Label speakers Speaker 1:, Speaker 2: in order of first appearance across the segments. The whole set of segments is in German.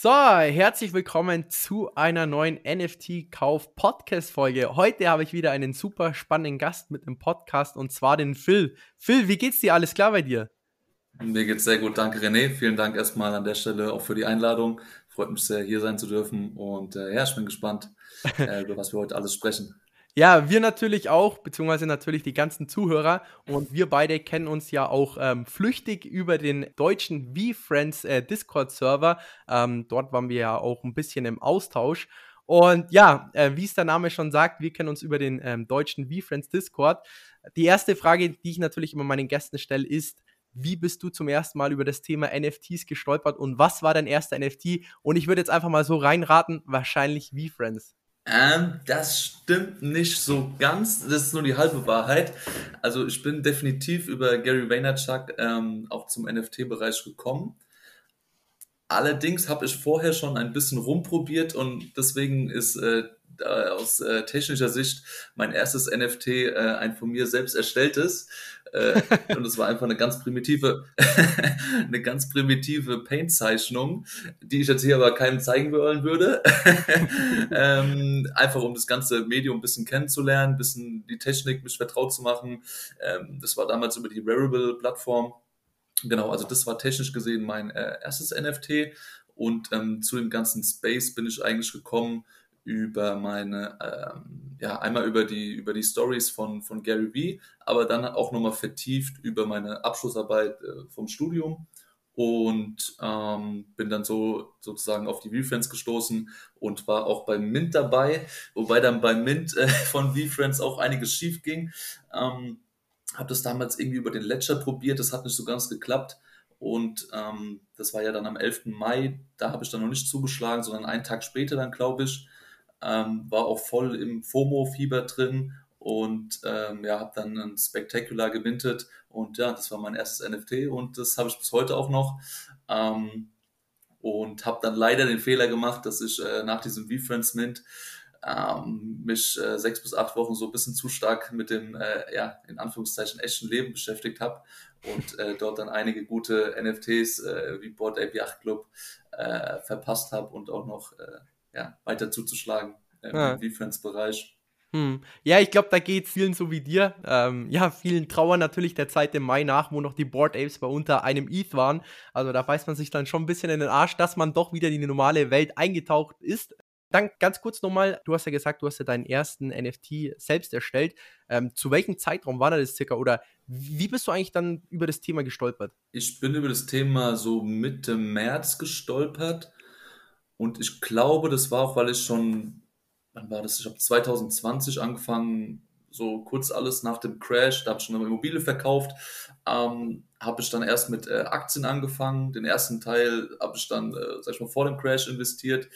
Speaker 1: So, herzlich willkommen zu einer neuen NFT-Kauf-Podcast-Folge. Heute habe ich wieder einen super spannenden Gast mit im Podcast und zwar den Phil. Phil, wie geht's dir? Alles klar bei dir?
Speaker 2: Mir geht's sehr gut, danke René. Vielen Dank erstmal an der Stelle auch für die Einladung. Freut mich sehr, hier sein zu dürfen. Und ja, ich bin gespannt, über was wir heute alles sprechen.
Speaker 1: Ja, wir natürlich auch, beziehungsweise natürlich die ganzen Zuhörer. Und wir beide kennen uns ja auch flüchtig über den deutschen VFriends Discord-Server. Dort waren wir ja auch ein bisschen im Austausch. Und ja, wie es der Name schon sagt, wir kennen uns über den deutschen VFriends Discord. Die erste Frage, die ich natürlich immer meinen Gästen stelle, ist: Wie bist du zum ersten Mal über das Thema NFTs gestolpert und was war dein erster NFT? Und ich würde jetzt einfach mal so reinraten, wahrscheinlich VFriends.
Speaker 2: Das stimmt nicht so ganz. Das ist nur die halbe Wahrheit. Also ich bin definitiv über Gary Vaynerchuk auch zum NFT-Bereich gekommen. Allerdings habe ich vorher schon ein bisschen rumprobiert und deswegen ist aus technischer Sicht mein erstes NFT ein von mir selbst erstelltes. Und es war einfach eine ganz primitive, eine ganz primitive Paint-Zeichnung, die ich jetzt hier aber keinem zeigen wollen würde. Einfach um das ganze Medium ein bisschen kennenzulernen, ein bisschen die Technik mich vertraut zu machen. Das war damals über die Rarible-Plattform. Genau, also das war technisch gesehen mein erstes NFT und zu dem ganzen Space bin ich eigentlich gekommen über meine, ja, einmal über die Stories von Gary Vee, aber dann auch nochmal vertieft über meine Abschlussarbeit vom Studium und bin dann so sozusagen auf die VFriends gestoßen und war auch beim Mint dabei, wobei dann beim Mint von VFriends auch einiges schief ging. Habe das damals irgendwie über den Ledger probiert, das hat nicht so ganz geklappt. Und das war ja dann am 11. Mai, da habe ich dann noch nicht zugeschlagen, sondern einen Tag später dann, glaube ich. War auch voll im FOMO-Fieber drin und ja, habe dann ein Spectacular gemintet. Und ja, das war mein erstes NFT und das habe ich bis heute auch noch. Und habe dann leider den Fehler gemacht, dass ich nach diesem VFriends Mint mich 6 bis 8 Wochen so ein bisschen zu stark mit dem, ja, in Anführungszeichen echten Leben beschäftigt habe und dort dann einige gute NFTs wie Bored Ape Yacht Club verpasst habe und auch noch ja, weiter zuzuschlagen im
Speaker 1: Ja.
Speaker 2: VFriends-Bereich.
Speaker 1: Ja, ich glaube, da geht's vielen so wie dir. Ja, vielen trauern natürlich der Zeit im Mai nach, wo noch die Bored Apes bei unter einem ETH waren. Also da beißt man sich dann schon ein bisschen in den Arsch, dass man doch wieder in die normale Welt eingetaucht ist. Dann ganz kurz nochmal, du hast ja gesagt, du hast ja deinen ersten NFT selbst erstellt. Zu welchem Zeitraum war das circa? Oder wie bist du eigentlich dann über das Thema gestolpert?
Speaker 2: Ich bin über das Thema so Mitte März gestolpert und ich glaube, das war auch, weil ich schon, wann war das? Ich habe 2020 angefangen, so kurz alles nach dem Crash, da habe ich schon eine Immobilie verkauft, habe ich dann erst mit Aktien angefangen. Den ersten Teil habe ich dann, sag ich mal, vor dem Crash investiert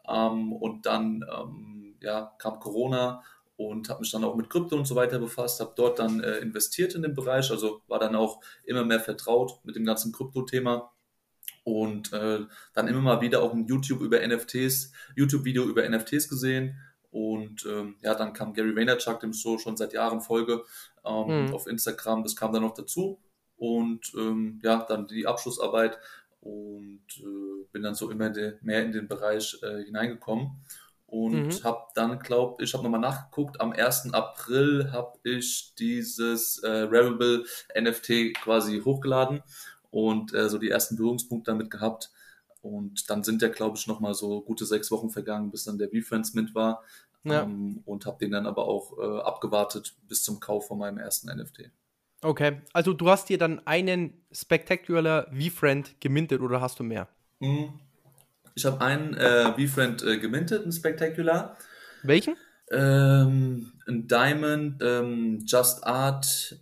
Speaker 2: und dann ja, kam Corona und habe mich dann auch mit Krypto und so weiter befasst, habe dort dann investiert in den Bereich, also war dann auch immer mehr vertraut mit dem ganzen Krypto-Thema und dann immer mal wieder auch ein YouTube-Video über NFTs gesehen und ja, dann kam Gary Vaynerchuk, dem ich so schon seit Jahren folge,
Speaker 1: Hm.
Speaker 2: auf Instagram, das kam dann noch dazu und ja, dann die Abschlussarbeit und bin dann so immer mehr in den Bereich hineingekommen und
Speaker 1: Mhm.
Speaker 2: habe dann, glaube ich, habe nochmal nachgeguckt, am 1. April habe ich dieses Rarible NFT quasi hochgeladen und so die ersten Berührungspunkte damit gehabt. Und dann sind ja, glaube ich, nochmal so gute 6 Wochen vergangen, bis dann der VFriends mit war.
Speaker 1: Ja.
Speaker 2: Und habe den dann aber auch abgewartet bis zum Kauf von meinem ersten NFT.
Speaker 1: Okay. Also du hast dir dann einen Spectacular V-Friend gemintet oder hast du mehr?
Speaker 2: Hm. Ich habe einen VFriend gemintet, einen Spectacular.
Speaker 1: Welchen?
Speaker 2: Ein Diamond, Just Art,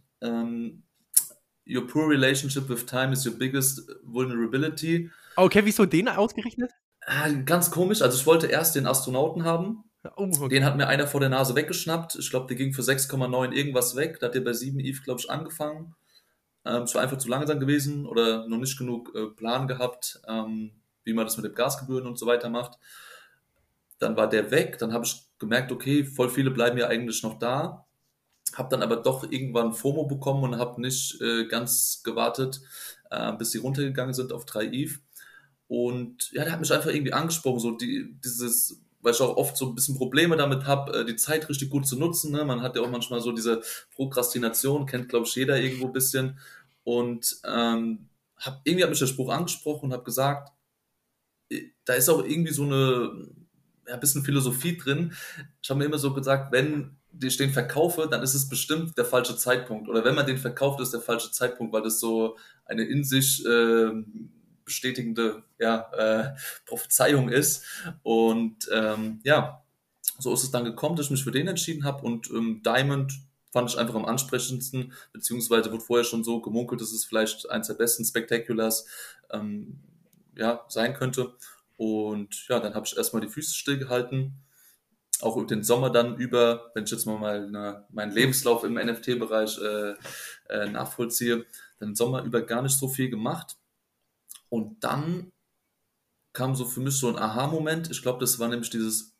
Speaker 2: Your poor relationship with time is your biggest vulnerability.
Speaker 1: Okay, wieso den ausgerechnet?
Speaker 2: Ganz komisch, also ich wollte erst den Astronauten haben.
Speaker 1: Oh,
Speaker 2: Den
Speaker 1: okay.
Speaker 2: hat mir einer vor der Nase weggeschnappt. Ich glaube, der ging für 6,9 irgendwas weg. Da hat der bei 7 ETH, glaube ich, angefangen. Es war einfach zu langsam gewesen oder noch nicht genug Plan gehabt, wie man das mit den Gasgebühren und so weiter macht. Dann war der weg. Dann habe ich gemerkt, okay, voll viele bleiben ja eigentlich noch da. Habe dann aber doch irgendwann FOMO bekommen und habe nicht ganz gewartet, bis sie runtergegangen sind auf 3 ETH Und ja, der hat mich einfach irgendwie angesprochen, so dieses, weil ich auch oft so ein bisschen Probleme damit habe, die Zeit richtig gut zu nutzen. Ne? Man hat ja auch manchmal so diese Prokrastination, kennt, glaube ich, jeder irgendwo ein bisschen. Und irgendwie hat mich der Spruch angesprochen und habe gesagt, da ist auch irgendwie so eine, ja, ein bisschen Philosophie drin. Ich habe mir immer so gesagt, wenn ich den verkaufe, dann ist es bestimmt der falsche Zeitpunkt. Oder wenn man den verkauft, ist der falsche Zeitpunkt, weil das so eine in sich bestätigende Prophezeiung ist. Und ja, so ist es dann gekommen, dass ich mich für den entschieden habe. Und Diamond fand ich einfach am ansprechendsten, beziehungsweise wurde vorher schon so gemunkelt, dass es vielleicht eins der besten Spectaculars ja, sein könnte. Und ja, dann habe ich erstmal die Füße stillgehalten, auch über den Sommer dann über, wenn ich jetzt mal meinen Lebenslauf im NFT-Bereich nachvollziehe, dann im Sommer über gar nicht so viel gemacht. Und dann kam so für mich so ein Aha-Moment. Ich glaube, das war nämlich dieses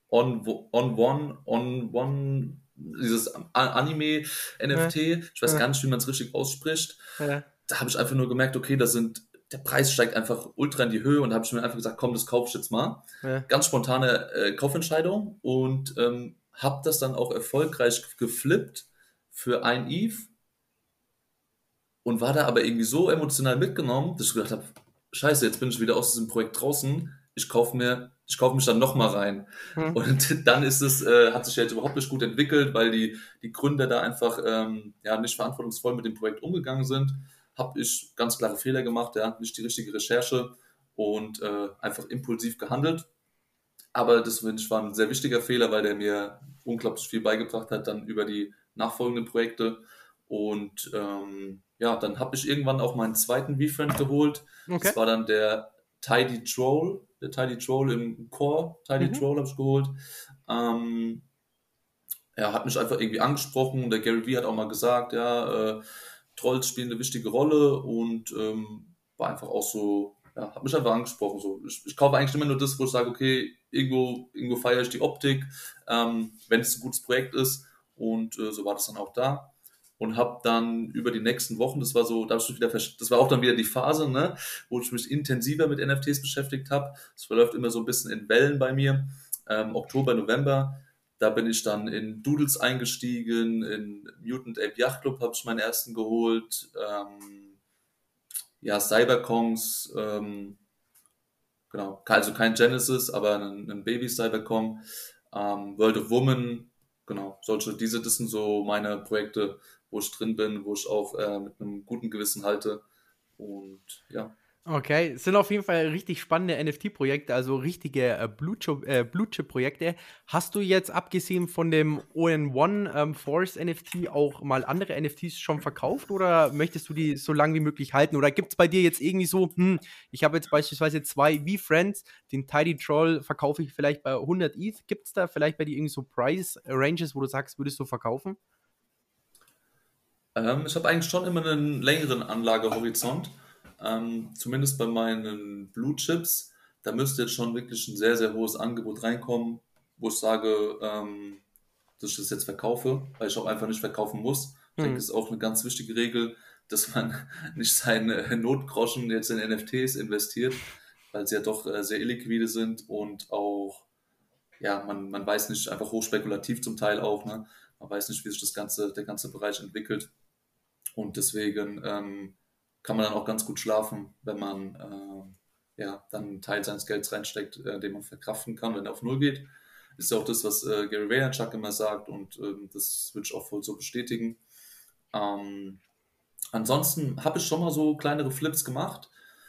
Speaker 2: On One, dieses
Speaker 1: Ja,
Speaker 2: Anime-NFT. Ich weiß
Speaker 1: ja,
Speaker 2: gar nicht, wie man es richtig ausspricht.
Speaker 1: ja.
Speaker 2: Da habe ich einfach nur gemerkt, okay, der Preis steigt einfach ultra in die Höhe und da habe ich mir einfach gesagt, komm, das kaufe ich jetzt mal.
Speaker 1: Ja.
Speaker 2: Ganz spontane Kaufentscheidung und habe das dann auch erfolgreich geflippt für ein ETH und war da aber irgendwie so emotional mitgenommen, dass ich gedacht habe, scheiße, jetzt bin ich wieder aus diesem Projekt draußen, ich kaufe mich dann nochmal rein.
Speaker 1: Hm.
Speaker 2: Und dann hat sich jetzt überhaupt nicht gut entwickelt, weil die Gründer da einfach ja, nicht verantwortungsvoll mit dem Projekt umgegangen sind. Habe ich ganz klare Fehler gemacht, ja, nicht die richtige Recherche und einfach impulsiv gehandelt. Aber das finde ich war ein sehr wichtiger Fehler, weil der mir unglaublich viel beigebracht hat, dann über die nachfolgenden Projekte. Und ja, dann habe ich irgendwann auch meinen zweiten V-Friend geholt.
Speaker 1: Okay.
Speaker 2: Das war dann der Tidy Troll im Core. Tidy
Speaker 1: Mhm.
Speaker 2: Troll habe ich geholt. Ähm, er hat mich einfach irgendwie angesprochen. Der Gary Vee hat auch mal gesagt, ja, Trolls spielen eine wichtige Rolle und war einfach auch so, ja, hat mich einfach angesprochen. So. Ich kaufe eigentlich immer nur das, wo ich sage, okay, irgendwo feiere ich die Optik, wenn es ein gutes Projekt ist. Und so war das dann auch da. Und habe dann über die nächsten Wochen, das war so, das war auch dann wieder die Phase, ne, wo ich mich intensiver mit NFTs beschäftigt habe. Es verläuft immer so ein bisschen in Wellen bei mir. Oktober, November, da bin ich dann in Doodles eingestiegen, in Mutant Ape Yacht Club habe ich meinen ersten geholt, ja, Cyberkongs, genau, also kein Genesis, aber ein Baby Cyberkong, World of Woman, genau, das sind so meine Projekte, wo ich drin bin, wo ich auch mit einem guten Gewissen halte und ja.
Speaker 1: Okay, es sind auf jeden Fall richtig spannende NFT-Projekte, also richtige Blue-Chip-Projekte. Hast du jetzt abgesehen von dem ON1 Force NFT auch mal andere NFTs schon verkauft oder möchtest du die so lange wie möglich halten? Oder gibt es bei dir jetzt irgendwie so, ich habe jetzt beispielsweise zwei V-Friends, den Tidy Troll verkaufe ich vielleicht bei 100 ETH. Gibt es da vielleicht bei dir irgendwie so Price-Ranges, wo du sagst, würdest du verkaufen?
Speaker 2: Ich habe eigentlich schon immer einen längeren Anlagehorizont. Zumindest bei meinen Blue Chips. Da müsste jetzt schon wirklich ein sehr, sehr hohes Angebot reinkommen, wo ich sage, dass ich das jetzt verkaufe, weil ich auch einfach nicht verkaufen muss. Ich denke,
Speaker 1: Hm.
Speaker 2: das ist auch eine ganz wichtige Regel, dass man nicht seine Notgroschen jetzt in NFTs investiert, weil sie ja doch sehr illiquide sind und auch, ja, man weiß nicht, einfach hochspekulativ zum Teil auch, ne? Man weiß nicht, wie sich der ganze Bereich entwickelt. Und deswegen kann man dann auch ganz gut schlafen, wenn man ja, dann einen Teil seines Gelds reinsteckt, den man verkraften kann, wenn er auf Null geht. Ist ja auch das, was Gary Vaynerchuk immer sagt und das würde ich auch voll so bestätigen. Ähm, ansonsten habe ich schon mal so kleinere Flips gemacht.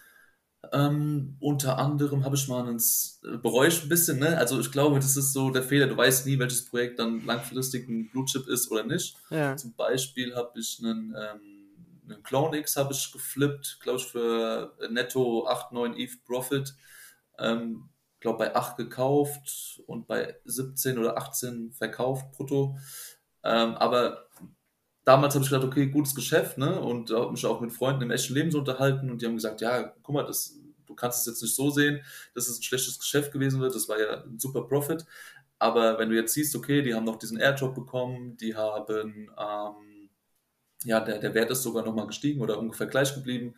Speaker 2: Unter anderem habe ich mal bereue ich ein bisschen, ne? Also ich glaube, das ist so der Fehler. Du weißt nie, welches Projekt dann langfristig ein Blue Chip ist oder nicht.
Speaker 1: Ja.
Speaker 2: Zum Beispiel habe ich einen Clone X habe ich geflippt, glaube ich, für netto 8 9 ETH Profit. Glaube bei 8 gekauft und bei 17 oder 18 verkauft brutto. Aber damals habe ich gedacht, okay, gutes Geschäft, ne? Und habe mich auch mit Freunden im echten Leben so unterhalten und die haben gesagt, ja, guck mal, du kannst es jetzt nicht so sehen, dass es ein schlechtes Geschäft gewesen wird, das war ja ein super Profit. Aber wenn du jetzt siehst, okay, die haben noch diesen Airdrop bekommen, die haben, ja, der Wert ist sogar nochmal gestiegen oder ungefähr gleich geblieben.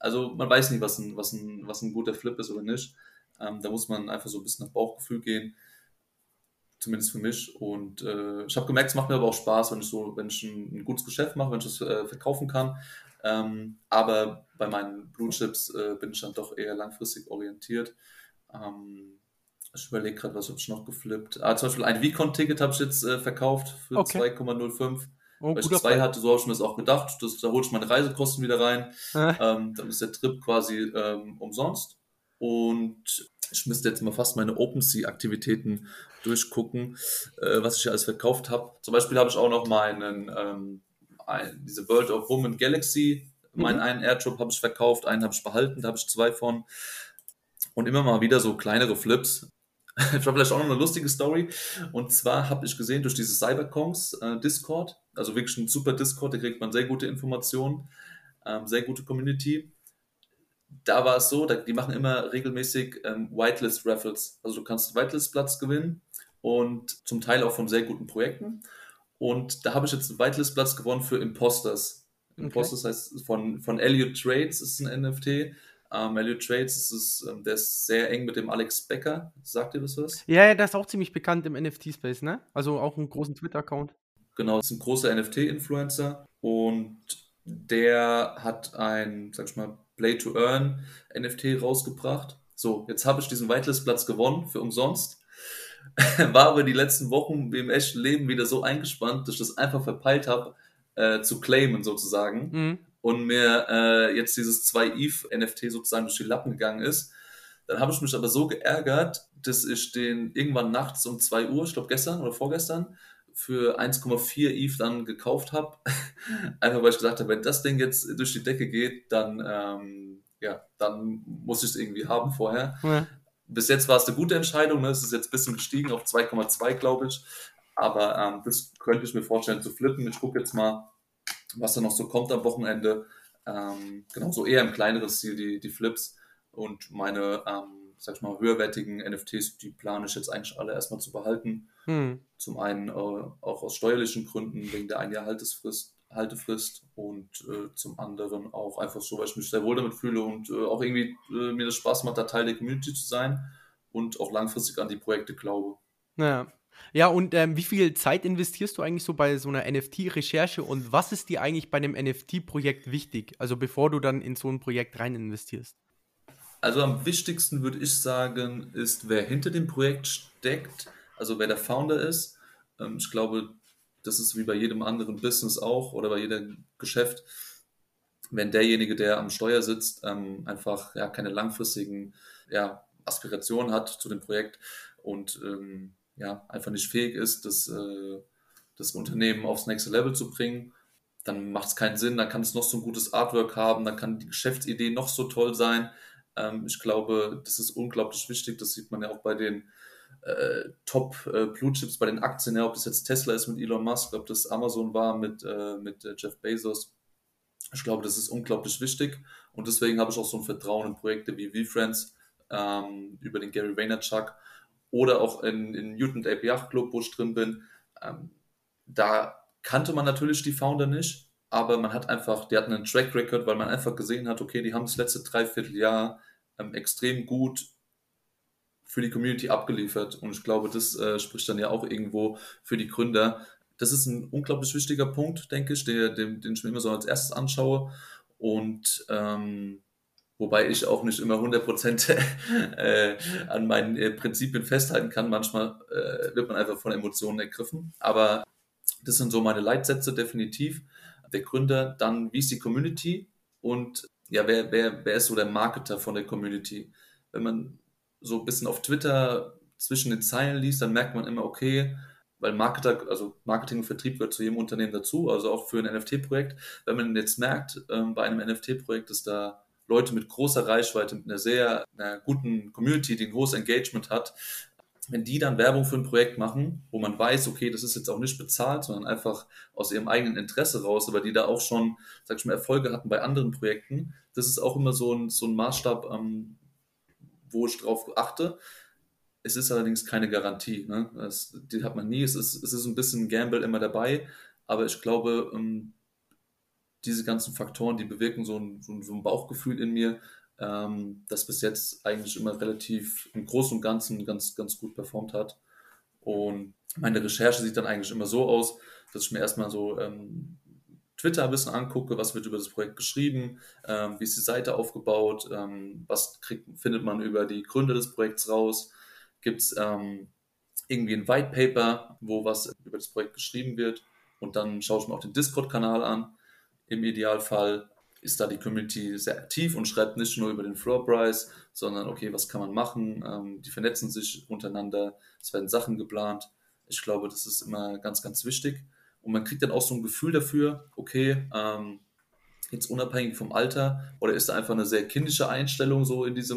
Speaker 2: Also man weiß nicht, was ein guter Flip ist oder nicht. Da muss man einfach so ein bisschen nach Bauchgefühl gehen, zumindest für mich. Und ich habe gemerkt, es macht mir aber auch Spaß, wenn ich ein gutes Geschäft mache, wenn ich das verkaufen kann. Aber bei meinen Blue Chips bin ich dann doch eher langfristig orientiert. Ähm, Ich überlege gerade, was habe ich noch geflippt. Zum Beispiel ein Vicon-Ticket habe ich jetzt verkauft für
Speaker 1: Okay.
Speaker 2: 2,05.
Speaker 1: Oh,
Speaker 2: Weil ich
Speaker 1: guter
Speaker 2: zwei
Speaker 1: Preis.
Speaker 2: hatte, so habe ich mir das auch gedacht. Da hole ich meine Reisekosten wieder rein.
Speaker 1: Äh,
Speaker 2: Dann ist der Trip quasi umsonst. Und ich müsste jetzt mal fast meine OpenSea-Aktivitäten durchgucken, was ich hier alles verkauft habe. Zum Beispiel habe ich auch noch diese World of Women Galaxy, meinen
Speaker 1: mhm.
Speaker 2: einen Airdrop habe ich verkauft, einen habe ich behalten, da habe ich zwei von. Und immer mal wieder so kleinere Flips. Ich habe vielleicht auch noch eine lustige Story. Und zwar habe ich gesehen durch diese Cyberkongs Discord, also wirklich ein super Discord, da kriegt man sehr gute Informationen, sehr gute Community. Da war es so, die machen immer regelmäßig Whitelist-Raffles. Also du kannst Whitelist-Platz gewinnen und zum Teil auch von sehr guten Projekten. Und da habe ich jetzt einen Whitelist-Platz gewonnen für Imposters.
Speaker 1: Okay.
Speaker 2: Imposters heißt von Elliot Trades, ist ein NFT. Elliot Trades der ist sehr eng mit dem Alex Becker. Sagt ihr das was?
Speaker 1: Ja, ja, der ist auch ziemlich bekannt im NFT-Space, ne? Also auch einen großen Twitter-Account.
Speaker 2: Genau, das ist ein großer NFT-Influencer und der hat ein, sag ich mal, Play-to-Earn NFT rausgebracht. So, jetzt habe ich diesen Whitelist-Platz gewonnen für umsonst, war aber die letzten Wochen im echten Leben wieder so eingespannt, dass ich das einfach verpeilt habe, zu claimen sozusagen
Speaker 1: Mhm.
Speaker 2: und mir jetzt dieses 2 ETH-NFT sozusagen durch die Lappen gegangen ist. Dann habe ich mich aber so geärgert, dass ich den irgendwann nachts um 2 Uhr, ich glaube gestern oder vorgestern, für 1,4 ETH dann gekauft habe. Einfach weil ich gesagt habe, wenn das Ding jetzt durch die Decke geht, dann muss ich es irgendwie haben vorher.
Speaker 1: Ja.
Speaker 2: Bis jetzt war es eine gute Entscheidung, ne? Es ist jetzt ein bisschen gestiegen auf 2,2, glaube ich. Aber das könnte ich mir vorstellen zu flippen. Ich gucke jetzt mal, was da noch so kommt am Wochenende. Genau, so eher im kleineren Stil die Flips und meine, sag ich mal, höherwertigen NFTs, die plane ich jetzt eigentlich alle erstmal zu behalten.
Speaker 1: Mhm.
Speaker 2: Zum einen auch aus steuerlichen Gründen, wegen der 1 Jahr Haltefrist und zum anderen auch einfach so, weil ich mich sehr wohl damit fühle und auch irgendwie mir das Spaß macht, da Teil der Community zu sein und auch langfristig an die Projekte glaube.
Speaker 1: Ja. Ja, und, wie viel Zeit investierst du eigentlich so bei so 'ner NFT-Recherche und was ist dir eigentlich bei 'nem NFT-Projekt wichtig? Also, bevor du dann in so 'n Projekt rein investierst?
Speaker 2: Also am wichtigsten würde ich sagen, ist, wer hinter dem Projekt steckt, also wer der Founder ist. Ich glaube, das ist wie bei jedem anderen Business auch oder bei jedem Geschäft, wenn derjenige, der am Steuer sitzt, einfach ja, keine langfristigen Aspirationen hat zu dem Projekt und ja, einfach nicht fähig ist, das Unternehmen aufs nächste Level zu bringen, dann macht es keinen Sinn, dann kann es noch so ein gutes Artwork haben, dann kann die Geschäftsidee noch so toll sein. Ich glaube, das ist unglaublich wichtig, das sieht man ja auch bei den Top Blue Chips, bei den Aktien, ja, ob das jetzt Tesla ist mit Elon Musk, ob das Amazon war mit Jeff Bezos. Ich glaube, das ist unglaublich wichtig und deswegen habe ich auch so ein Vertrauen in Projekte wie VFriends, über den Gary Vaynerchuk oder auch in Mutant Ape Yacht Club, wo ich drin bin. Ähm, Da kannte man natürlich die Founder nicht, aber die hatten einen Track Record, weil man einfach gesehen hat, okay, die haben das letzte Dreivierteljahr extrem gut für die Community abgeliefert. Und ich glaube, das spricht dann ja auch irgendwo für die Gründer. Das ist ein unglaublich wichtiger Punkt, denke ich, den ich mir immer so als erstes anschaue. Und wobei ich auch nicht immer 100% an meinen Prinzipien festhalten kann. Manchmal wird man einfach von Emotionen ergriffen. Aber das sind so meine Leitsätze definitiv. Der Gründer, dann wie ist die Community und ja, wer ist so der Marketer von der Community? Wenn man so ein bisschen auf Twitter zwischen den Zeilen liest, dann merkt man immer, okay, weil Marketer, also Marketing und Vertrieb gehört zu jedem Unternehmen dazu, also auch für ein NFT-Projekt. Wenn man jetzt merkt, bei einem NFT-Projekt, dass da Leute mit großer Reichweite, mit einer guten Community, die ein hohes Engagement hat, wenn die dann Werbung für ein Projekt machen, wo man weiß, okay, das ist jetzt auch nicht bezahlt, sondern einfach aus ihrem eigenen Interesse raus, aber die da auch schon, sag ich mal, Erfolge hatten bei anderen Projekten, das ist auch immer so ein Maßstab, wo ich drauf achte. Es ist allerdings keine Garantie, ne? Die hat man nie. Es ist ein bisschen Gamble immer dabei, aber ich glaube, diese ganzen Faktoren, die bewirken so ein Bauchgefühl in mir, das bis jetzt eigentlich immer relativ im Großen und Ganzen ganz gut performt hat. Und meine Recherche sieht dann eigentlich immer so aus, dass ich mir erstmal so Twitter ein bisschen angucke, was wird über das Projekt geschrieben, wie ist die Seite aufgebaut, findet man über die Gründer des Projekts raus, gibt es irgendwie ein White Paper, wo was über das Projekt geschrieben wird, und dann schaue ich mir auch den Discord-Kanal an. Im Idealfall ist da die Community sehr aktiv und schreibt nicht nur über den Floor Price, sondern okay, was kann man machen? Die vernetzen sich untereinander, es werden Sachen geplant. Ich glaube, das ist immer ganz wichtig. Und man kriegt dann auch so ein Gefühl dafür, okay, jetzt unabhängig vom Alter, oder ist da einfach eine sehr kindische Einstellung so in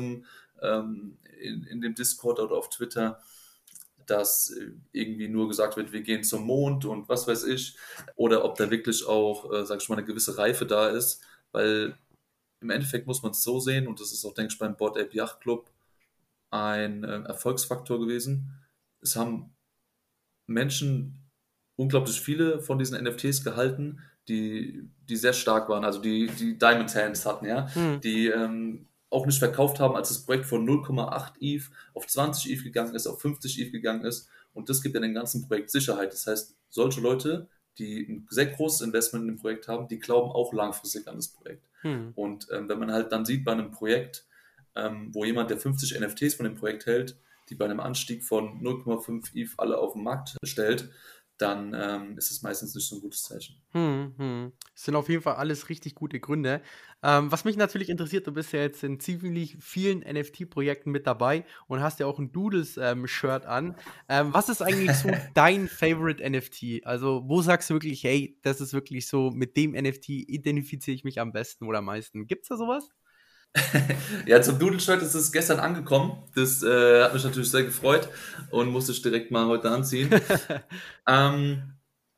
Speaker 2: in dem Discord oder auf Twitter, dass irgendwie nur gesagt wird, wir gehen zum Mond und was weiß ich, oder ob da wirklich auch, sag ich mal, eine gewisse Reife da ist, weil im Endeffekt muss man es so sehen, und das ist auch, denke ich, beim Bored Ape Yacht Club ein Erfolgsfaktor gewesen. Es haben Menschen unglaublich viele von diesen NFTs gehalten, die sehr stark waren, also die Diamond Hands hatten, ja,
Speaker 1: Hm.
Speaker 2: die auch nicht verkauft haben, als das Projekt von 0,8 ETH auf 20 ETH gegangen ist, auf 50 ETH gegangen ist, und das gibt ja dem ganzen Projekt Sicherheit. Das heißt, solche Leute, die ein sehr großes Investment in dem Projekt haben, die glauben auch langfristig an das Projekt.
Speaker 1: Hm.
Speaker 2: Und wenn man halt dann sieht bei einem Projekt, wo jemand, der 50 NFTs von dem Projekt hält, die bei einem Anstieg von 0,5 ETH alle auf den Markt stellt, dann ist es meistens nicht so ein gutes Zeichen.
Speaker 1: Das sind auf jeden Fall alles richtig gute Gründe. Was mich natürlich interessiert, du bist ja jetzt in ziemlich vielen NFT-Projekten mit dabei und hast ja auch ein Doodles-Shirt an. Was ist eigentlich so dein Favorite NFT? Also, wo sagst du wirklich, hey, das ist wirklich so, mit dem NFT identifiziere ich mich am besten oder am meisten? Gibt's da sowas?
Speaker 2: Ja, zum Doodle-Shirt ist es gestern angekommen. Das hat mich natürlich sehr gefreut und musste ich direkt mal heute anziehen. Ähm,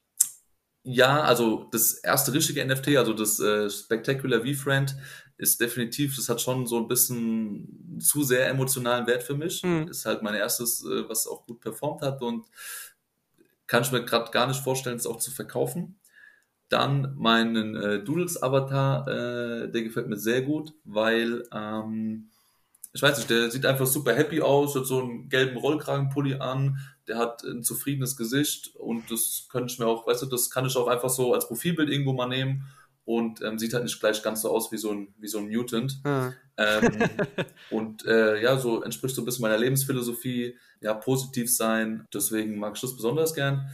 Speaker 2: ja, also das erste richtige NFT, also das Spectacular V-Friend, ist definitiv, das hat schon so ein bisschen zu sehr emotionalen Wert für mich.
Speaker 1: Hm.
Speaker 2: Ist halt mein erstes, was auch gut performt hat, und kann ich mir gerade gar nicht vorstellen, es auch zu verkaufen. Dann meinen Doodles-Avatar, der gefällt mir sehr gut, weil ich weiß nicht, der sieht einfach super happy aus, hat so einen gelben Rollkragenpulli an, der hat ein zufriedenes Gesicht, und das könnte ich mir auch, weißt du, das kann ich auch einfach so als Profilbild irgendwo mal nehmen, und sieht halt nicht gleich ganz so aus wie so ein Mutant.
Speaker 1: Ah.
Speaker 2: Ähm, und ja, so entspricht so ein bisschen meiner Lebensphilosophie, ja, positiv sein, deswegen mag ich das besonders gern.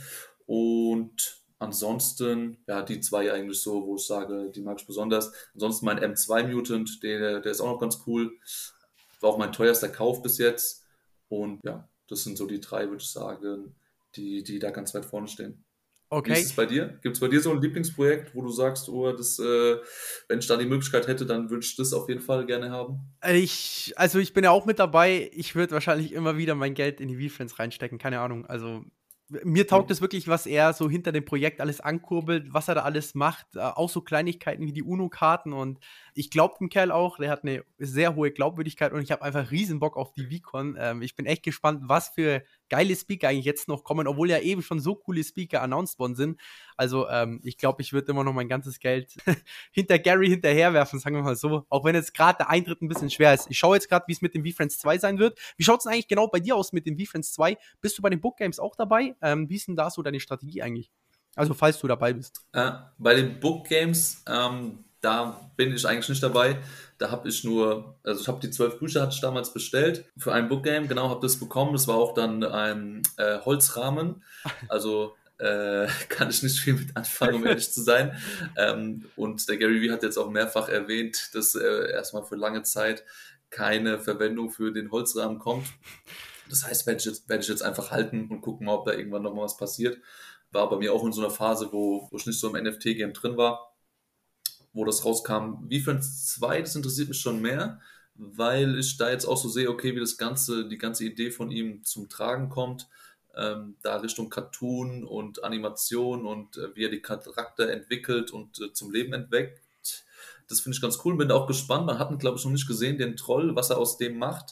Speaker 2: Und ansonsten, ja, die zwei eigentlich so, wo ich sage, die mag ich besonders. Ansonsten mein M2 Mutant, der ist auch noch ganz cool. War auch mein teuerster Kauf bis jetzt. Und ja, das sind so die drei, würde ich sagen, die da ganz weit vorne stehen. Wie ist
Speaker 1: Okay.
Speaker 2: es bei dir? Gibt es bei dir so ein Lieblingsprojekt, wo du sagst, oh, wenn ich da die Möglichkeit hätte, dann würde ich das auf jeden Fall gerne haben?
Speaker 1: Also ich bin ja auch mit dabei. Ich würde wahrscheinlich immer wieder mein Geld in die V-Friends reinstecken, keine Ahnung. Also, mir taugt
Speaker 2: Hm.
Speaker 1: es wirklich, was er so hinter dem Projekt alles ankurbelt, was er da alles macht, auch so Kleinigkeiten wie die UNO-Karten, und ich glaube dem Kerl auch, der hat eine sehr hohe Glaubwürdigkeit und ich habe einfach riesen Bock auf die VCon. Ich bin echt gespannt, was für geile Speaker eigentlich jetzt noch kommen, obwohl ja eben schon so coole Speaker announced worden sind. Also, ich glaube, ich würde immer noch mein ganzes Geld hinter Gary hinterherwerfen, sagen wir mal so. Auch wenn jetzt gerade der Eintritt ein bisschen schwer ist. Ich schaue jetzt gerade, wie es mit dem V-Friends 2 sein wird. Wie schaut es denn eigentlich genau bei dir aus mit dem V-Friends 2? Bist du bei den Book Games auch dabei? Wie ist denn da so deine Strategie eigentlich? Also, falls du dabei bist.
Speaker 2: Bei den Book Games, da bin ich eigentlich nicht dabei. Da habe ich nur, also ich habe die 12 Bücher hatte ich damals bestellt für ein Book Game, genau, habe das bekommen. Das war auch dann ein Holzrahmen. Also kann ich nicht viel mit anfangen, um ehrlich zu sein. Und der Gary Vee hat jetzt auch mehrfach erwähnt, dass erstmal für lange Zeit keine Verwendung für den Holzrahmen kommt. Das heißt, werde ich jetzt einfach halten und gucken mal, ob da irgendwann nochmal was passiert. War bei mir auch in so einer Phase, wo ich nicht so im NFT-Game drin war, wo das rauskam. VFriends 2, das interessiert mich schon mehr, weil ich da jetzt auch so sehe, okay, wie die ganze Idee von ihm zum Tragen kommt, da Richtung Cartoon und Animation, und wie er die Charakter entwickelt und zum Leben entweckt. Das finde ich ganz cool, bin da auch gespannt. Man hat ihn, glaube ich, noch nicht gesehen, den Troll, was er aus dem macht.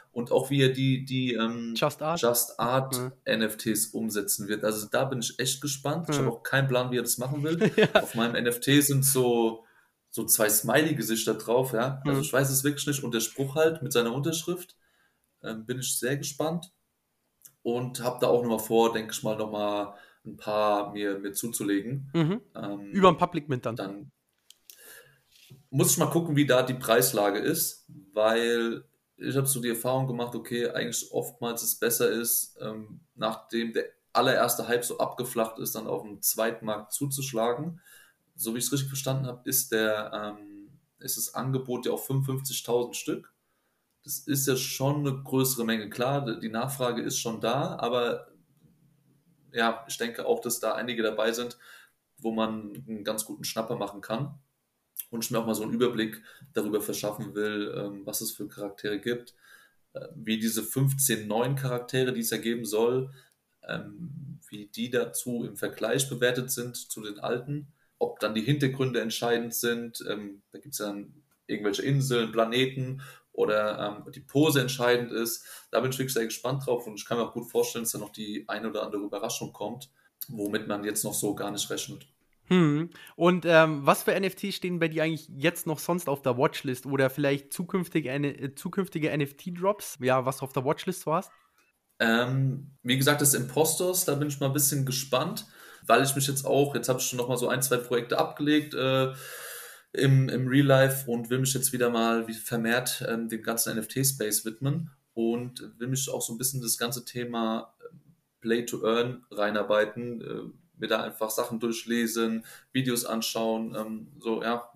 Speaker 2: und auch wie er die
Speaker 1: Just Art.
Speaker 2: Just Art
Speaker 1: Ja.
Speaker 2: NFTs umsetzen wird. Also da bin ich echt gespannt. Ich habe
Speaker 1: Ja.
Speaker 2: auch keinen Plan, wie er das machen will.
Speaker 1: Ja.
Speaker 2: Auf meinem NFT sind so zwei Smiley-Gesichter drauf, ja. Also
Speaker 1: Hm.
Speaker 2: ich weiß es wirklich nicht. Und der Spruch halt mit seiner Unterschrift, bin ich sehr gespannt und habe da auch nochmal vor, denke ich mal, nochmal ein paar mir zuzulegen.
Speaker 1: Mhm. Über
Speaker 2: Ähm,
Speaker 1: ein Public Mint dann.
Speaker 2: Dann muss ich mal gucken, wie da die Preislage ist, weil ich habe so die Erfahrung gemacht, okay, eigentlich oftmals es besser ist, nachdem der allererste Hype so abgeflacht ist, dann auf dem Zweitmarkt zuzuschlagen. So wie ich es richtig verstanden habe, ist das Angebot ja auf 55.000 Stück. Das ist ja schon eine größere Menge. Klar, die Nachfrage ist schon da, aber ja, ich denke auch, dass da einige dabei sind, wo man einen ganz guten Schnapper machen kann und ich mir auch mal so einen Überblick darüber verschaffen will, was es für Charaktere gibt, wie diese 15 neuen Charaktere, die es ja geben soll, wie die dazu im Vergleich bewertet sind zu den alten, ob dann die Hintergründe entscheidend sind, da gibt es dann irgendwelche Inseln, Planeten oder die Pose entscheidend ist. Da bin ich wirklich sehr gespannt drauf und ich kann mir auch gut vorstellen, dass da noch die eine oder andere Überraschung kommt, womit man jetzt noch so gar nicht rechnet.
Speaker 1: Mhm. Und, was für NFTs stehen bei dir eigentlich jetzt noch sonst auf der Watchlist oder vielleicht zukünftige NFT-Drops? Ja, was du auf der Watchlist so hast?
Speaker 2: Wie gesagt, das Impostors, da bin ich mal ein bisschen gespannt, weil ich mich jetzt habe ich schon noch mal so ein, zwei Projekte abgelegt im Real Life und will mich jetzt wieder mal wie vermehrt dem ganzen NFT-Space widmen und will mich auch so ein bisschen das ganze Thema Play to Earn reinarbeiten, mir da einfach Sachen durchlesen, Videos anschauen, so ja,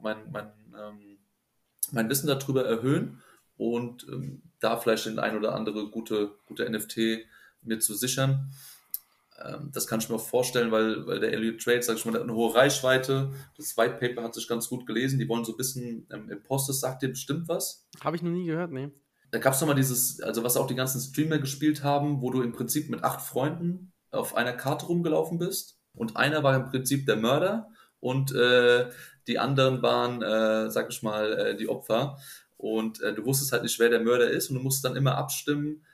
Speaker 2: mein Wissen darüber erhöhen und da vielleicht den ein oder andere gute NFT mir zu sichern. Das kann ich mir auch vorstellen, weil der Elliott Trade, sag ich mal, der hat eine hohe Reichweite. Das White Paper hat sich ganz gut gelesen. Die wollen so ein bisschen Imposters, sagt dir bestimmt was.
Speaker 1: Habe ich noch nie gehört, ne.
Speaker 2: Da gab es nochmal also was auch die ganzen Streamer gespielt haben, wo du im Prinzip mit 8 Freunden auf einer Karte rumgelaufen bist und einer war im Prinzip der Mörder und die anderen waren, sag ich mal, die Opfer und du wusstest halt nicht, wer der Mörder ist und du musst dann immer abstimmen,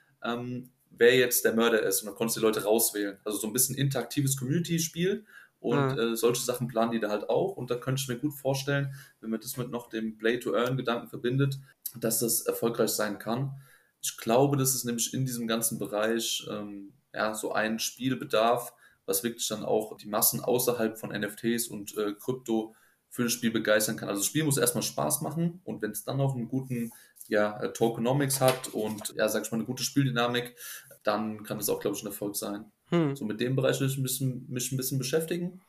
Speaker 2: wer jetzt der Mörder ist und dann konntest du die Leute rauswählen. Also so ein bisschen interaktives Community-Spiel und
Speaker 1: Mhm.
Speaker 2: solche Sachen planen die da halt auch und da könnte ich mir gut vorstellen, wenn man das mit noch dem Play-to-Earn-Gedanken verbindet, dass das erfolgreich sein kann. Ich glaube, dass es nämlich in diesem ganzen Bereich ja, so ein Spiel bedarf, was wirklich dann auch die Massen außerhalb von NFTs und Krypto für das Spiel begeistern kann. Also das Spiel muss erstmal Spaß machen und wenn es dann noch einen guten ja, Tokenomics hat und ja, sag ich mal, eine gute Spieldynamik, dann kann es auch, glaube ich, ein Erfolg sein.
Speaker 1: Mhm.
Speaker 2: So mit dem Bereich will ich mich ein bisschen beschäftigen.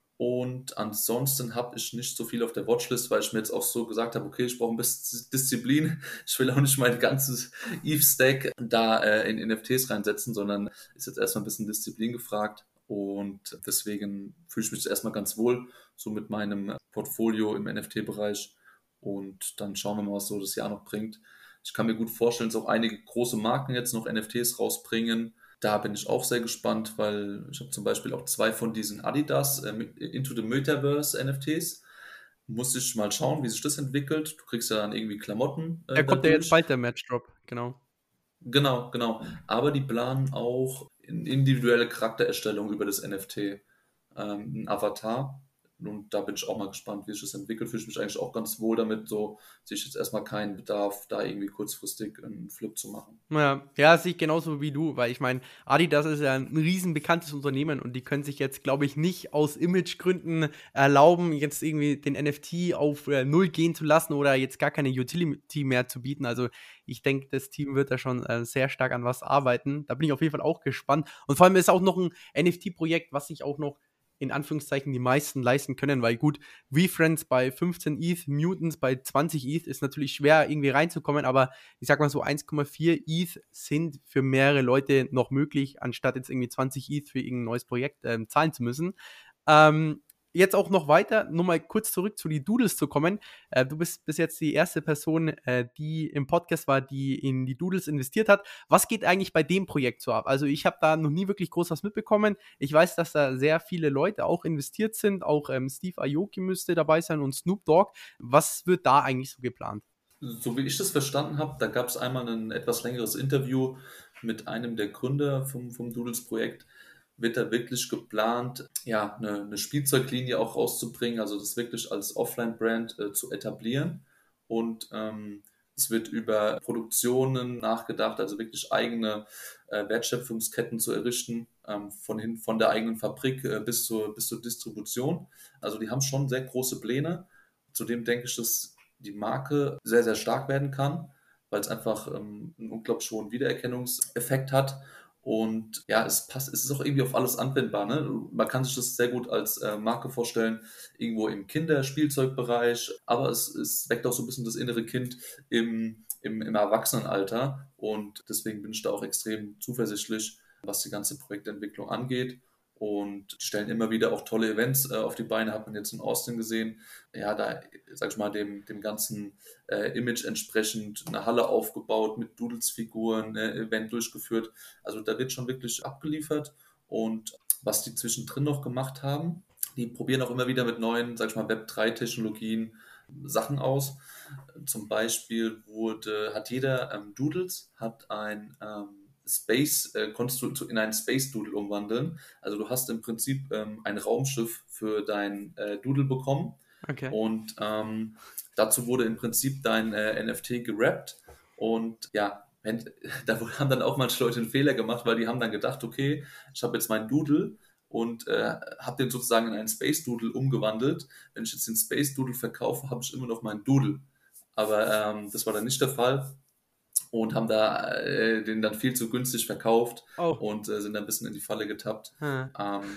Speaker 2: Und ansonsten habe ich nicht so viel auf der Watchlist, weil ich mir jetzt auch so gesagt habe, okay, ich brauche ein bisschen Disziplin. Ich will auch nicht mein ganzes ETH-Stack da in NFTs reinsetzen, sondern ist jetzt erstmal ein bisschen Disziplin gefragt. Und deswegen fühle ich mich jetzt erstmal ganz wohl so mit meinem Portfolio im NFT-Bereich. Und dann schauen wir mal, was so das Jahr noch bringt. Ich kann mir gut vorstellen, dass auch einige große Marken jetzt noch NFTs rausbringen. Da bin ich auch sehr gespannt, weil ich habe zum Beispiel auch 2 von diesen Adidas Into the Metaverse NFTs. Muss ich mal schauen, wie sich das entwickelt. Du kriegst ja dann irgendwie Klamotten
Speaker 1: Ja, kommt ja jetzt
Speaker 2: dadurch.
Speaker 1: bald der Match-Drop, genau.
Speaker 2: Genau, genau. Aber die planen auch individuelle Charaktererstellung über das NFT, ein Avatar. Und da bin ich auch mal gespannt, wie sich das entwickelt. Fühle ich mich eigentlich auch ganz wohl damit, so sehe ich jetzt erstmal keinen Bedarf, da irgendwie kurzfristig einen Flip zu machen.
Speaker 1: Ja, ja, sehe ich genauso wie du, weil ich meine, Adidas ist ja ein riesen bekanntes Unternehmen und die können sich jetzt, glaube ich, nicht aus Imagegründen erlauben, jetzt irgendwie den NFT auf null gehen zu lassen oder jetzt gar keine Utility mehr zu bieten. Also ich denke, das Team wird da schon sehr stark an was arbeiten. Da bin ich auf jeden Fall auch gespannt. Und vor allem ist auch noch ein NFT-Projekt, was sich auch noch in Anführungszeichen die meisten leisten können, weil gut, VeeFriends bei 15 ETH, Mutants bei 20 ETH ist natürlich schwer irgendwie reinzukommen, aber ich sag mal so 1,4 ETH sind für mehrere Leute noch möglich, anstatt jetzt irgendwie 20 ETH für irgendein neues Projekt zahlen zu müssen. Ähm, Jetzt auch noch weiter, nur mal kurz zurück zu die Doodles zu kommen. Du bist bis jetzt die erste Person, die im Podcast war, die in die Doodles investiert hat. Was geht eigentlich bei dem Projekt so ab? Also ich habe da noch nie wirklich groß was mitbekommen. Ich weiß, dass da sehr viele Leute auch investiert sind. Auch Steve Aoki müsste dabei sein und Snoop Dogg. Was wird da eigentlich so geplant?
Speaker 2: So wie ich das verstanden habe, da gab es einmal ein etwas längeres Interview mit einem der Gründer vom Doodles-Projekt. Wird da wirklich geplant, ja, eine Spielzeuglinie auch rauszubringen, also das wirklich als Offline-Brand zu etablieren. Und es wird über Produktionen nachgedacht, also wirklich eigene Wertschöpfungsketten zu errichten, von der eigenen Fabrik bis zur Distribution. Also die haben schon sehr große Pläne. Zudem denke ich, dass die Marke sehr, sehr stark werden kann, weil es einfach einen unglaublich hohen Wiedererkennungseffekt hat. Und ja, es ist auch irgendwie auf alles anwendbar. Ne? Man kann sich das sehr gut als Marke vorstellen, irgendwo im Kinderspielzeugbereich, aber es weckt auch so ein bisschen das innere Kind im Erwachsenenalter. Und deswegen bin ich da auch extrem zuversichtlich, was die ganze Projektentwicklung angeht. Und die stellen immer wieder auch tolle Events auf die Beine, hat man jetzt in Austin gesehen. Ja, da, sag ich mal, dem ganzen Image entsprechend eine Halle aufgebaut, mit Doodles-Figuren, Event durchgeführt. Also da wird schon wirklich abgeliefert. Und was die zwischendrin noch gemacht haben, die probieren auch immer wieder mit neuen, sag ich mal, Web3-Technologien Sachen aus. Zum Beispiel hat jeder Doodles, hat ein Space, konntest du in einen Space Doodle umwandeln. Also du hast im Prinzip ein Raumschiff für dein Doodle bekommen
Speaker 1: Okay.
Speaker 2: und dazu wurde im Prinzip dein NFT gerappt und ja, da haben dann auch manche Leute einen Fehler gemacht, weil die haben dann gedacht, okay, ich habe jetzt meinen Doodle und habe den sozusagen in einen Space Doodle umgewandelt. Wenn ich jetzt den Space Doodle verkaufe, habe ich immer noch meinen Doodle. Aber das war dann nicht der Fall und haben da den dann viel zu günstig verkauft
Speaker 1: Oh.
Speaker 2: und sind dann ein bisschen in die Falle getappt.
Speaker 1: Hm.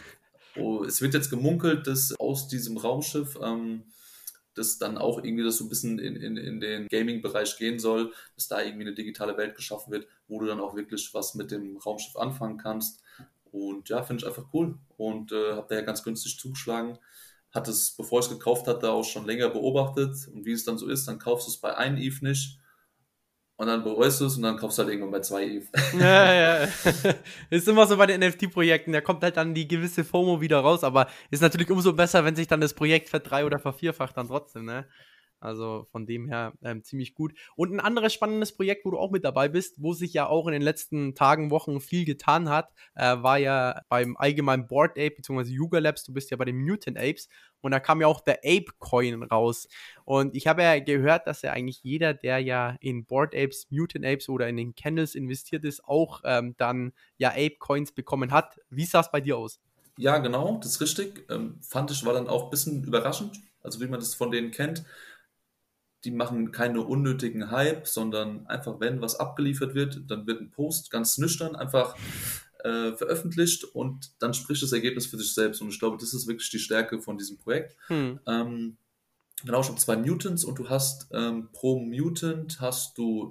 Speaker 2: Es wird jetzt gemunkelt, dass aus diesem Raumschiff das dann auch irgendwie das so ein bisschen in den Gaming-Bereich gehen soll, dass da irgendwie eine digitale Welt geschaffen wird, wo du dann auch wirklich was mit dem Raumschiff anfangen kannst. Und ja, finde ich einfach cool. Und habe da ja ganz günstig zugeschlagen. Hat es, bevor ich es gekauft hatte, auch schon länger beobachtet. Und wie es dann so ist, dann kaufst du es bei einem Eve nicht und dann bereust du es und dann kaufst du halt irgendwann bei zwei Eve.
Speaker 1: Ja, ja. Ist immer so bei den NFT-Projekten, da kommt halt dann die gewisse FOMO wieder raus, aber ist natürlich umso besser, wenn sich dann das Projekt verdrei- oder vervierfacht dann trotzdem, ne? Also von dem her ziemlich gut. Und ein anderes spannendes Projekt, wo du auch mit dabei bist, wo sich ja auch in den letzten Tagen, Wochen viel getan hat, war ja beim allgemeinen Bored Ape bzw. Yuga Labs. Du bist ja bei den Mutant Apes und da kam ja auch der Ape Coin raus. Und ich habe ja gehört, dass ja eigentlich jeder, der ja in Bored Apes, Mutant Apes oder in den Kennels investiert ist, auch dann ja Ape Coins bekommen hat. Wie sah es bei dir aus?
Speaker 2: Ja, genau, das ist richtig. Fand ich, war dann auch ein bisschen überraschend. Also wie man das von denen kennt, die machen keine unnötigen Hype, sondern einfach, wenn was abgeliefert wird, dann wird ein Post ganz nüchtern einfach veröffentlicht und dann spricht das Ergebnis für sich selbst. Und ich glaube, das ist wirklich die Stärke von diesem Projekt.
Speaker 1: Hm.
Speaker 2: Ähm, genau, ich habe zwei Mutants und du hast pro Mutant hast du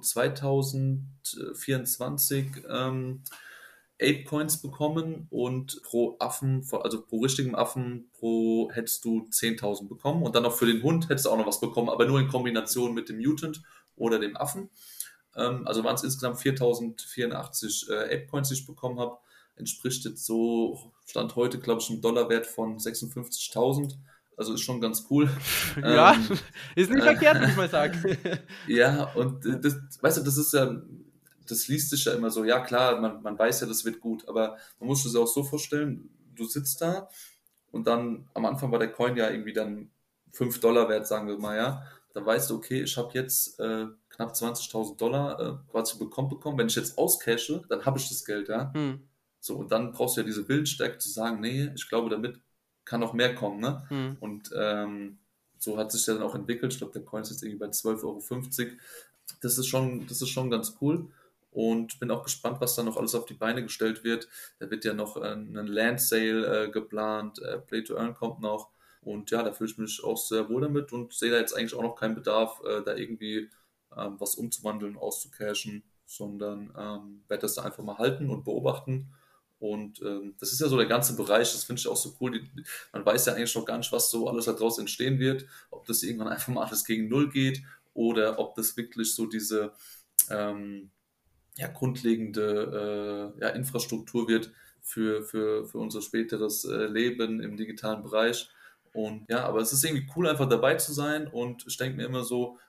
Speaker 2: 2024 8 Coins bekommen und pro Affen, also pro richtigem Affen, hättest du 10.000 bekommen und dann noch für den Hund hättest du auch noch was bekommen, aber nur in Kombination mit dem Mutant oder dem Affen. Also waren es insgesamt 4.084 8 Coins, die ich bekommen habe. Entspricht jetzt so, Stand heute, glaube ich, einem Dollarwert von 56.000. Also ist schon ganz cool.
Speaker 1: Ja,
Speaker 2: Ähm,
Speaker 1: ist nicht
Speaker 2: äh,
Speaker 1: verkehrt, würde ich mal sagen.
Speaker 2: ja, und das, weißt du, das ist ja, das liest sich ja immer so, ja klar, man weiß ja, das wird gut, aber man muss es sich auch so vorstellen, du sitzt da und dann am Anfang war der Coin ja irgendwie dann 5 Dollar wert, sagen wir mal, ja. Dann weißt du, okay, ich habe jetzt knapp 20.000 Dollar quasi bekommen. Wenn ich jetzt auscashe, dann habe ich das Geld, ja.
Speaker 1: Hm.
Speaker 2: So, und dann brauchst du ja diese Willensstärke zu sagen, nee, ich glaube, damit kann noch mehr kommen, ne?
Speaker 1: Hm.
Speaker 2: Und so hat sich der dann auch entwickelt. Ich glaube, der Coin ist jetzt irgendwie bei 12,50 Euro. Das ist schon ganz cool. Und bin auch gespannt, was da noch alles auf die Beine gestellt wird. Da wird ja noch ein Land Sale geplant, Play to Earn kommt noch. Und ja, da fühle ich mich auch sehr wohl damit und sehe da jetzt eigentlich auch noch keinen Bedarf, da irgendwie was umzuwandeln, auszucashen, sondern werde das da einfach mal halten und beobachten. Und das ist ja so der ganze Bereich, das finde ich auch so cool. Man weiß ja eigentlich noch gar nicht, was so alles daraus entstehen wird, ob das irgendwann einfach mal alles gegen Null geht oder ob das wirklich so diese ähm, ja, grundlegende ja, Infrastruktur wird für unser späteres Leben im digitalen Bereich. Und ja, aber es ist irgendwie cool, einfach dabei zu sein. Und ich denke mir immer so,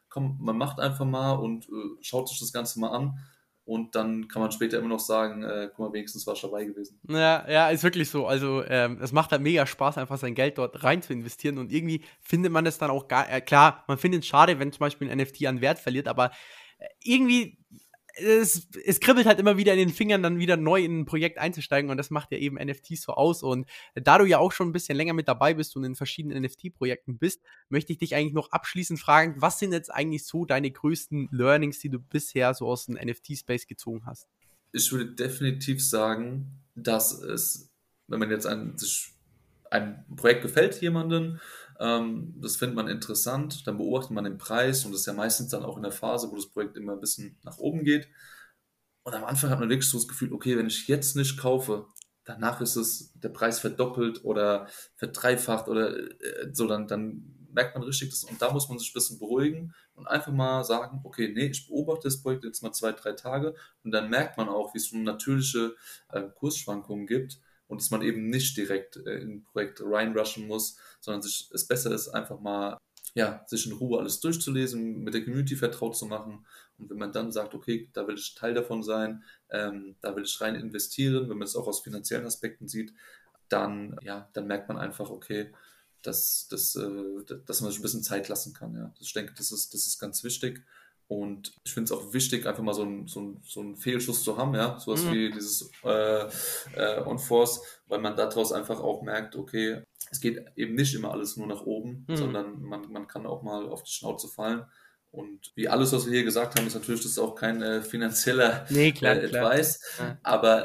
Speaker 2: komm, man macht einfach mal und schaut sich das Ganze mal an. Und dann kann man später immer noch sagen, guck mal, wenigstens war ich dabei gewesen.
Speaker 1: Ja, ja, ist wirklich so. Also, es macht halt mega Spaß, einfach sein Geld dort rein zu investieren und irgendwie findet man es dann auch klar, man findet es schade, wenn zum Beispiel ein NFT an Wert verliert, aber irgendwie, es kribbelt halt immer wieder in den Fingern, dann wieder neu in ein Projekt einzusteigen und das macht ja eben NFTs so aus und da du ja auch schon ein bisschen länger mit dabei bist und in verschiedenen NFT-Projekten bist, möchte ich dich eigentlich noch abschließend fragen, was sind jetzt eigentlich so deine größten Learnings, die du bisher so aus dem NFT-Space gezogen hast?
Speaker 2: Ich würde definitiv sagen, dass wenn man jetzt sich ein Projekt gefällt jemandem, das findet man interessant, dann beobachtet man den Preis und das ist ja meistens dann auch in der Phase, wo das Projekt immer ein bisschen nach oben geht. Und am Anfang hat man wirklich so das Gefühl, okay, wenn ich jetzt nicht kaufe, danach ist der Preis verdoppelt oder verdreifacht oder so, dann merkt man richtig das. Und da muss man sich ein bisschen beruhigen und einfach mal sagen, okay, nee, ich beobachte das Projekt jetzt mal 2, 3 Tage und dann merkt man auch, wie es so natürliche Kursschwankungen gibt und dass man eben nicht direkt in ein Projekt reinrushen muss, sondern es besser ist, einfach mal ja, sich in Ruhe alles durchzulesen, mit der Community vertraut zu machen. Und wenn man dann sagt, okay, da will ich Teil davon sein, da will ich rein investieren, wenn man es auch aus finanziellen Aspekten sieht, dann, ja, dann merkt man einfach, okay, dass man sich ein bisschen Zeit lassen kann. Ja. Ich denke, das ist ganz wichtig. Und ich finde es auch wichtig, einfach mal so einen Fehlschuss zu haben, ja, sowas
Speaker 1: Mhm.
Speaker 2: wie dieses On-Force, weil man daraus einfach auch merkt, okay, es geht eben nicht immer alles nur nach oben,
Speaker 1: Mhm.
Speaker 2: sondern man kann auch mal auf die Schnauze fallen. Und wie alles, was wir hier gesagt haben, ist natürlich das auch kein finanzieller
Speaker 1: Nee, klar, klar.
Speaker 2: Advice,
Speaker 1: Ja.
Speaker 2: aber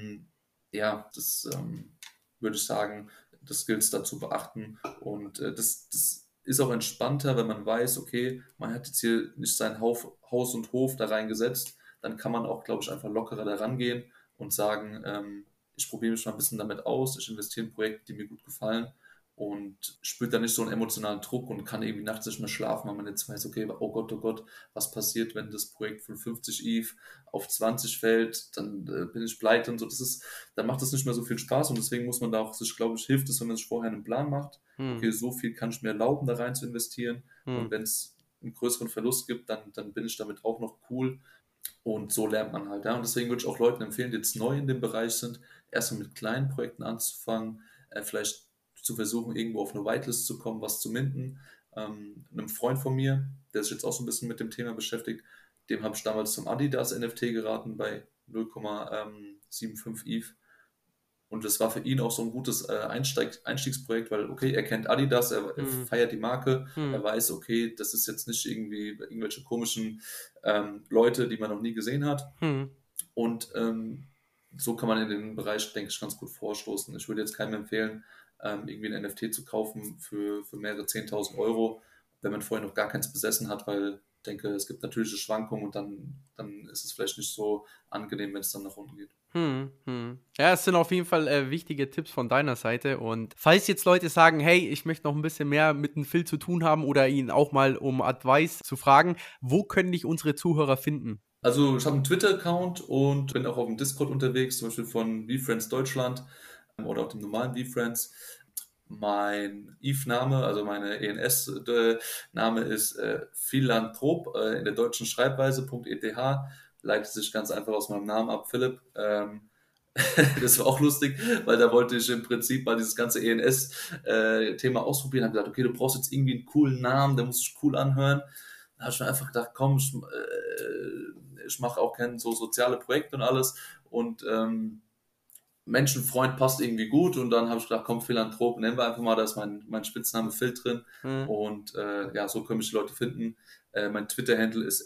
Speaker 2: ja, das würde ich sagen, das gilt es da zu beachten. Und das ist auch entspannter, wenn man weiß, okay, man hat jetzt hier nicht sein Haus und Hof da reingesetzt, dann kann man auch, glaube ich, einfach lockerer da rangehen und sagen, ich probiere mich mal ein bisschen damit aus, ich investiere in Projekte, die mir gut gefallen und spürt dann nicht so einen emotionalen Druck und kann irgendwie nachts nicht mehr schlafen, weil man jetzt weiß, okay, oh Gott, was passiert, wenn das Projekt von 50 ETH auf 20 fällt, dann bin ich pleite und so. Dann macht das nicht mehr so viel Spaß und deswegen muss man da auch glaube ich, hilft es, wenn man sich vorher einen Plan macht.
Speaker 1: Mhm.
Speaker 2: Okay, so viel kann ich mir erlauben, da rein zu investieren und
Speaker 1: Mhm.
Speaker 2: wenn es einen größeren Verlust gibt, dann bin ich damit auch noch cool und so lernt man halt. Ja. Und deswegen würde ich auch Leuten empfehlen, die jetzt neu in dem Bereich sind, erstmal mit kleinen Projekten anzufangen, vielleicht zu versuchen, irgendwo auf eine Whitelist zu kommen, was zu minden. Einem Freund von mir, der sich jetzt auch so ein bisschen mit dem Thema beschäftigt, dem habe ich damals zum Adidas NFT geraten bei 0,75 ETH. Und das war für ihn auch so ein gutes Einstiegsprojekt, weil, okay, er kennt Adidas, er
Speaker 1: Mhm.
Speaker 2: feiert die Marke, er
Speaker 1: Mhm.
Speaker 2: weiß, okay, das ist jetzt nicht irgendwie irgendwelche komischen Leute, die man noch nie gesehen hat.
Speaker 1: Mhm.
Speaker 2: Und so kann man in den Bereich, denke ich, ganz gut vorstoßen. Ich würde jetzt keinem empfehlen, irgendwie ein NFT zu kaufen für mehrere 10.000 Euro, wenn man vorher noch gar keins besessen hat, weil ich denke, es gibt natürliche Schwankungen und dann ist es vielleicht nicht so angenehm, wenn es dann nach unten geht.
Speaker 1: Mhm, mhm. Ja, es sind auf jeden Fall wichtige Tipps von deiner Seite. Und falls jetzt Leute sagen, hey, ich möchte noch ein bisschen mehr mit dem Phil zu tun haben oder ihn auch mal um Advice zu fragen, wo können dich unsere Zuhörer finden?
Speaker 2: Also ich habe einen Twitter-Account und bin auch auf dem Discord unterwegs, zum Beispiel von VFriends Deutschland oder auch dem normalen VFriends. Mein ETH-Name, also meine ENS-Name ist Philanthrop in der deutschen Schreibweise.eth. Leitet sich ganz einfach aus meinem Namen ab, Philipp. Das war auch lustig, weil da wollte ich im Prinzip mal dieses ganze ENS-Thema ausprobieren. Habe gesagt, okay, du brauchst jetzt irgendwie einen coolen Namen, der muss sich cool anhören. Da habe ich mir einfach gedacht, komm, ich mache auch gerne so soziale Projekte und alles. Und Menschenfreund passt irgendwie gut und dann habe ich gedacht, komm, Philanthrop, nennen wir einfach mal, da ist mein Spitzname Phil drin
Speaker 1: Mhm.
Speaker 2: und ja, so können mich die Leute finden. Mein Twitter-Handle ist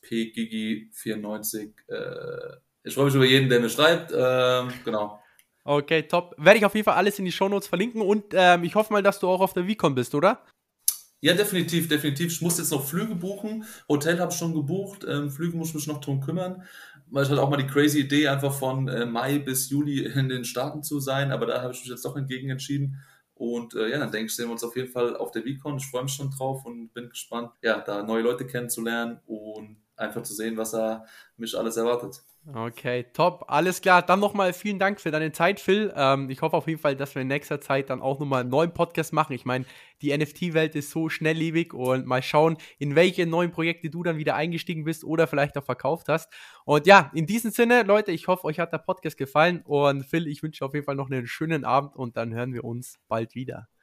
Speaker 2: @pgigi94. Ich freue mich über jeden, der mir schreibt. Genau.
Speaker 1: Okay, top. Werde ich auf jeden Fall alles in die Shownotes verlinken und ich hoffe mal, dass du auch auf der VCon bist, oder?
Speaker 2: Ja, definitiv, definitiv. Ich muss jetzt noch Flüge buchen. Hotel habe ich schon gebucht. Flüge muss ich mich noch drum kümmern. Weil ich hatte auch mal die crazy Idee, einfach von Mai bis Juli in den Staaten zu sein. Aber da habe ich mich jetzt doch entgegen entschieden. Und ja, dann denke ich, sehen wir uns auf jeden Fall auf der VCon. Ich freue mich schon drauf und bin gespannt, ja, da neue Leute kennenzulernen. Und einfach zu sehen, was da mich alles erwartet.
Speaker 1: Okay, top. Alles klar. Dann nochmal vielen Dank für deine Zeit, Phil. Ich hoffe auf jeden Fall, dass wir in nächster Zeit dann auch nochmal einen neuen Podcast machen. Ich meine, die NFT-Welt ist so schnelllebig und mal schauen, in welche neuen Projekte du dann wieder eingestiegen bist oder vielleicht auch verkauft hast. Und ja, in diesem Sinne, Leute, ich hoffe, euch hat der Podcast gefallen und Phil, ich wünsche auf jeden Fall noch einen schönen Abend und dann hören wir uns bald wieder.